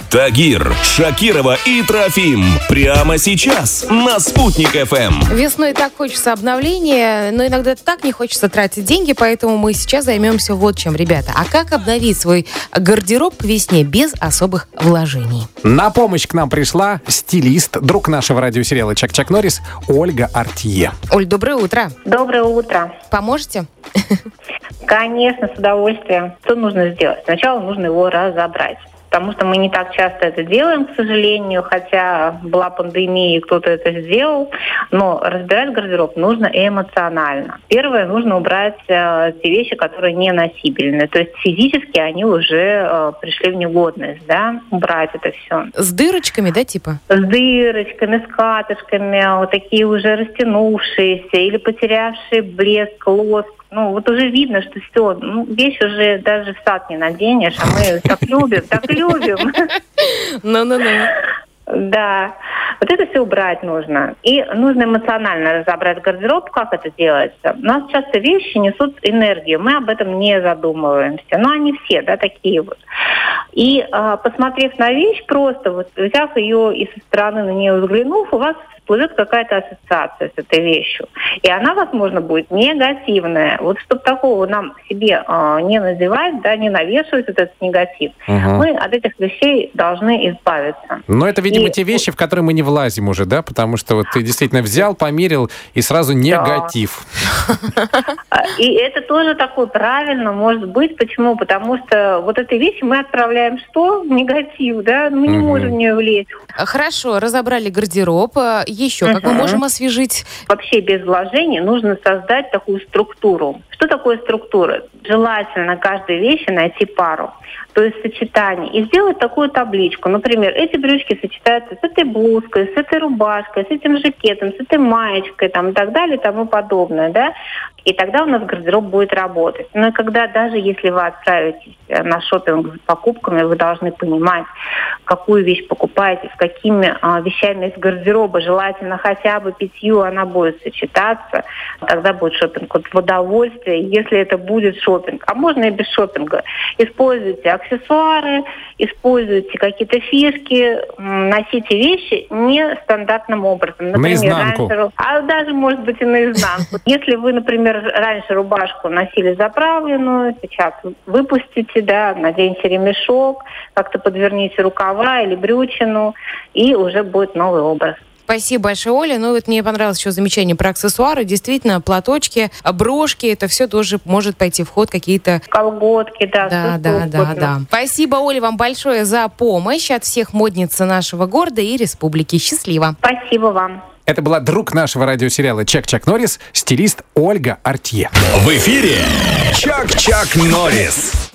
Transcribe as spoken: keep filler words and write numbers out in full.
Тагир, Шакирова и Трофим. Прямо сейчас на Спутник эф эм. Весной так хочется обновления, но иногда так не хочется тратить деньги, поэтому мы сейчас займемся вот чем, ребята. А как обновить свой гардероб к весне без особых вложений? На помощь к нам пришла стилист, друг нашего радиосериала «Чак-Чак Норрис» Ольга Артье. Оль, доброе утро. Доброе утро. Поможете? Конечно, с удовольствием. Что нужно сделать? Сначала нужно его разобрать. Потому что мы не так часто это делаем, к сожалению, хотя была пандемия, и кто-то это сделал. Но разбирать гардероб нужно эмоционально. Первое, нужно убрать э, те вещи, которые не носибельны. То есть физически они уже э, пришли в негодность, да, убрать это все. С дырочками, да, типа? С дырочками, с катышками, вот такие уже растянувшиеся или потерявшие блеск, лоск. Ну, вот уже видно, что все, ну, вещь уже даже в сад не наденешь, а мы так любим, так любим. Ну-ну-ну. Да, вот это все убрать нужно. И нужно эмоционально разобрать гардероб. Как это делается? У нас часто вещи несут энергию, мы об этом не задумываемся. Но они все, да, такие вот. И а, посмотрев на вещь, просто вот взяв ее и со стороны на нее взглянув, у вас всплывет какая-то ассоциация с этой вещью. И она, возможно, будет негативная. Вот чтобы такого нам себе э, не надевать, да, не навешивать этот негатив, угу. мы от этих вещей должны избавиться. Но это, видимо, и... те вещи, в которые мы не влазим уже, да? Потому что вот ты действительно взял, померил, и сразу негатив. И это тоже такое правильно может быть. Почему? Потому что вот этой вещи мы отправляем что? Негатив, да? Мы не можем в нее влезть. Хорошо, разобрали гардероб. Еще как мы можем освежить? Вообще без вложений нужно создать такую структуру. Что такое структура? Желательно каждой вещи найти пару, то есть сочетание, и сделать такую табличку. Например, эти брючки сочетаются с этой блузкой, с этой рубашкой, с этим жакетом, с этой маечкой, там, и так далее, и тому подобное, да? И тогда у нас гардероб будет работать. Но и когда даже если вы отправитесь на шопинг с покупками, вы должны понимать, какую вещь покупаете, с какими а, вещами из гардероба, желательно хотя бы пятью она будет сочетаться, тогда будет шопинг вот в удовольствие, если это будет шопинг. А можно и без шопинга. Используйте аксессуары, используйте какие-то фишки, носите вещи нестандартным образом. Например, наизнанку. Раньше, а даже, может быть, и наизнанку. Если вы, например, раньше рубашку носили заправленную, сейчас выпустите, да, наденьте ремешок, как-то подверните рукава или брючину, и уже будет новый образ. Спасибо большое, Оля. Ну, вот мне понравилось еще замечание про аксессуары. Действительно, платочки, брошки, это все тоже может пойти в ход, какие-то... Колготки, да. Да, да, да, да. Спасибо, Оля, вам большое за помощь от всех модниц нашего города и республики. Счастливо. Спасибо вам. Это была друг нашего радиосериала «Чак-Чак Норрис», стилист Ольга Артье. В эфире «Чак-Чак Норрис».